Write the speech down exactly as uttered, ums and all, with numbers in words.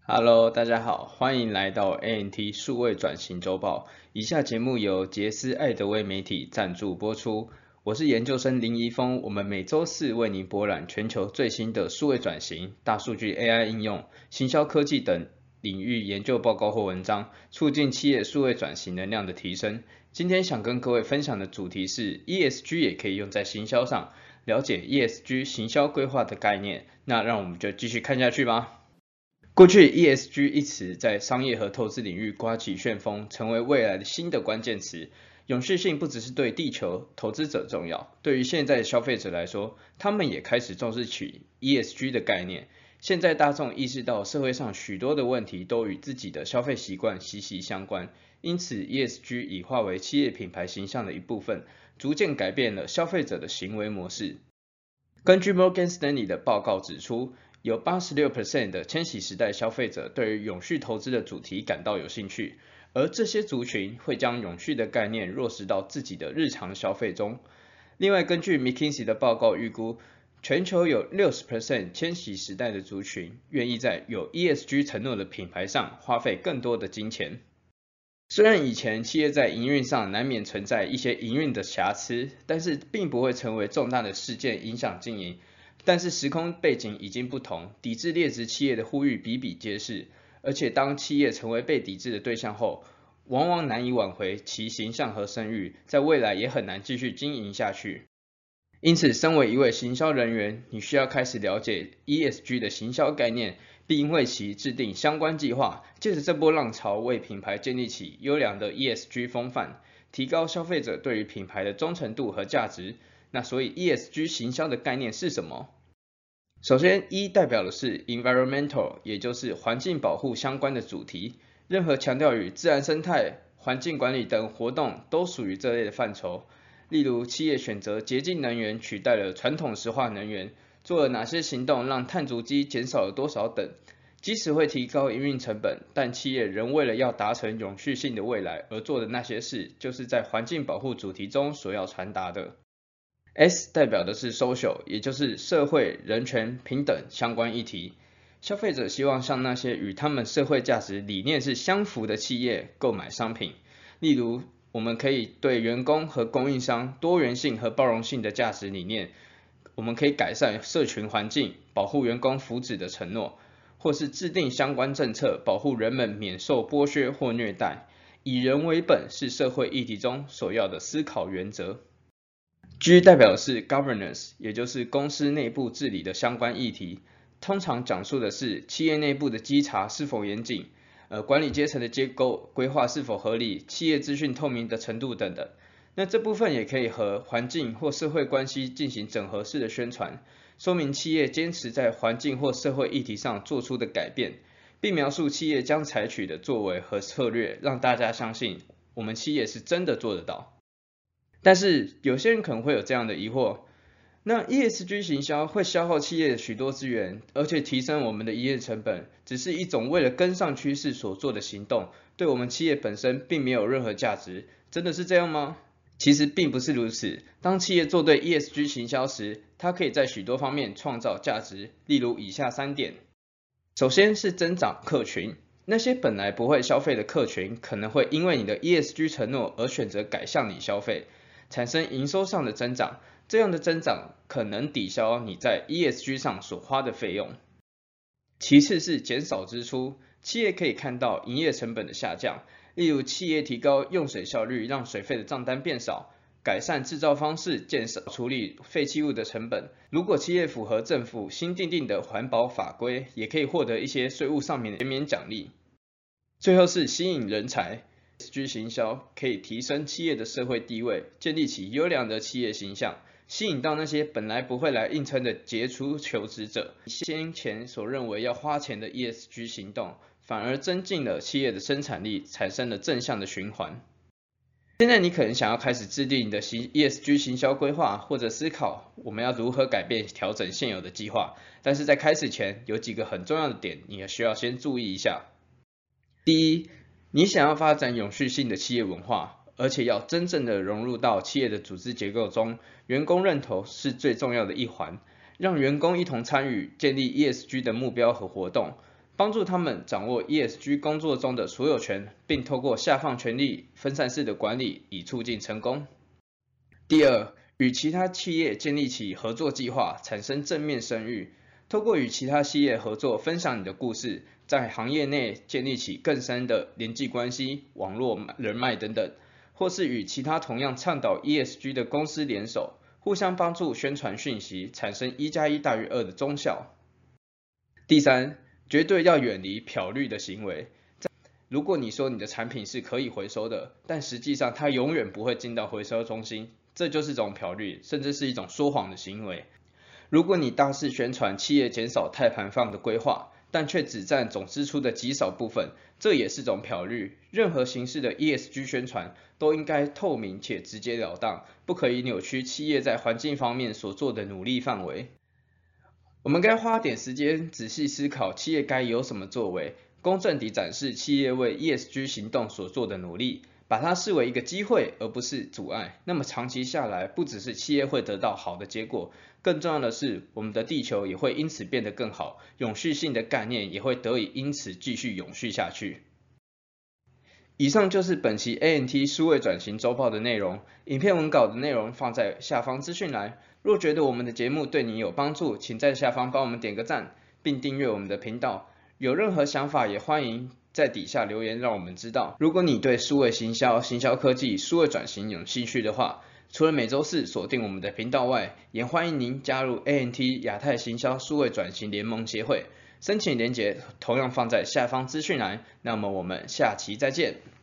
Hello，大家好，欢迎来到 A N T 数位转型周报。以下节目由杰斯艾德威媒体赞助播出。我是研究生林怡峰，我们每周四为您博览全球最新的数位转型、大数据 A I 应用、行销科技等领域研究报告或文章，促进企业数位转型能量的提升。今天想跟各位分享的主题是 E S G 也可以用在行销上，了解 E S G 行销规划的概念。那让我们就继续看下去吧。过去 E S G 一词在商业和投资领域刮起旋风，成为未来的新的关键词。永续性不只是对地球投资者重要，对于现在的消费者来说，他们也开始重视起 E S G 的概念。现在大众意识到社会上许多的问题都与自己的消费习惯息息相关，因此 E S G 已化为企业品牌形象的一部分，逐渐改变了消费者的行为模式。根据 Morgan Stanley 的报告指出，有 百分之八十六 的千禧时代消费者对于永续投资的主题感到有兴趣，而这些族群会将永续的概念落实到自己的日常消费中。另外，根据 McKinsey 的报告预估，全球有 百分之六十 千禧时代的族群愿意在有 E S G 承诺的品牌上花费更多的金钱。虽然以前企业在营运上难免存在一些营运的瑕疵，但是并不会成为重大的事件影响经营。但是时空背景已经不同，抵制劣质企业的呼吁比比皆是，而且当企业成为被抵制的对象后，往往难以挽回其形象和声誉，在未来也很难继续经营下去。因此，身为一位行销人员，你需要开始了解 E S G 的行销概念，并为其制定相关计划，借着这波浪潮为品牌建立起优良的 E S G 风范，提高消费者对于品牌的忠诚度和价值。那所以 E S G 行销的概念是什么？首先 ，E 代表的是 environmental， 也就是环境保护相关的主题。任何强调与自然生态、环境管理等活动都属于这类的范畴。例如，企业选择洁净能源取代了传统石化能源，做了哪些行动让碳足迹减少了多少等。即使会提高营运成本，但企业仍为了要达成永续性的未来而做的那些事，就是在环境保护主题中所要传达的。S 代表的是 social， 也就是社会、人权、平等相关议题。消费者希望向那些与他们社会价值理念是相符的企业购买商品。例如，我们可以对员工和供应商多元性和包容性的价值理念，我们可以改善社群环境、保护员工福祉的承诺，或是制定相关政策，保护人们免受剥削或虐待。以人为本是社会议题中首要的思考原则。G 代表的是 governance， 也就是公司内部治理的相关议题，通常讲述的是企业内部的稽查是否严谨，呃，管理阶层的结构规划是否合理，企业资讯透明的程度等等。那这部分也可以和环境或社会关系进行整合式的宣传，说明企业坚持在环境或社会议题上做出的改变，并描述企业将采取的作为和策略，让大家相信我们企业是真的做得到。但是有些人可能会有这样的疑惑，那 E S G 行销会消耗企业许多资源，而且提升我们的营业成本，只是一种为了跟上趋势所做的行动，对我们企业本身并没有任何价值，真的是这样吗？其实并不是如此。当企业做对 E S G 行销时，它可以在许多方面创造价值，例如以下三点。首先是增长客群，那些本来不会消费的客群，可能会因为你的 E S G 承诺而选择改向你消费，产生营收上的增长，这样的增长可能抵消你在 E S G 上所花的费用。其次是减少支出，企业可以看到营业成本的下降，例如企业提高用水效率，让水费的账单变少，改善制造方式，减少处理废弃物的成本。如果企业符合政府新订定的环保法规，也可以获得一些税务上面的减免奖励。最后是吸引人才。E S G 行销可以提升企业的社会地位，建立起优良的企业形象，吸引到那些本来不会来应征的杰出求职者。先前所认为要花钱的 E S G 行动，反而增进了企业的生产力，产生了正向的循环。现在你可能想要开始制定你的 E S G 行销规划，或者思考我们要如何改变调整现有的计划，但是在开始前有几个很重要的点，你也需要先注意一下。第一，你想要发展永续性的企业文化，而且要真正的融入到企业的组织结构中，员工认同是最重要的一环。让员工一同参与建立 E S G 的目标和活动， 帮助他们掌握 E S G 工作中的所有权，并透过下放权力分散式的管理以促进成功。第二，与其他企业建立起合作计划，产生正面声誉。透过与其他企业合作，分享你的故事，在行业内建立起更深的人际关系、网络人脉等等，或是与其他同样倡导 E S G 的公司联手，互相帮助宣传讯息，产生一加一大于二的综效。第三，绝对要远离漂绿的行为。如果你说你的产品是可以回收的，但实际上它永远不会进到回收中心，这就是种漂绿，甚至是一种说谎的行为。如果你大肆宣传企业减少碳排放的规划，但却只占总支出的极少部分，这也是种漂绿。任何形式的 E S G 宣传都应该透明且直截了当，不可以扭曲企业在环境方面所做的努力范围。我们该花点时间仔细思考企业该有什么作为，公正地展示企业为 E S G 行动所做的努力，把它视为一个机会而不是阻碍。那么长期下来，不只是企业会得到好的结果，更重要的是我们的地球也会因此变得更好，永续性的概念也会得以因此继续永续下去。以上就是本期 A N T 数位转型周报的内容，影片文稿的内容放在下方资讯栏。若觉得我们的节目对你有帮助，请在下方帮我们点个赞，并订阅我们的频道。有任何想法也欢迎在底下留言让我们知道。如果你对数位行销、行销科技、数位转型有兴趣的话，除了每周四锁定我们的频道外，也欢迎您加入 A N T 亚太行销数位转型联盟协会。申请连结同样放在下方资讯栏。那么我们下期再见。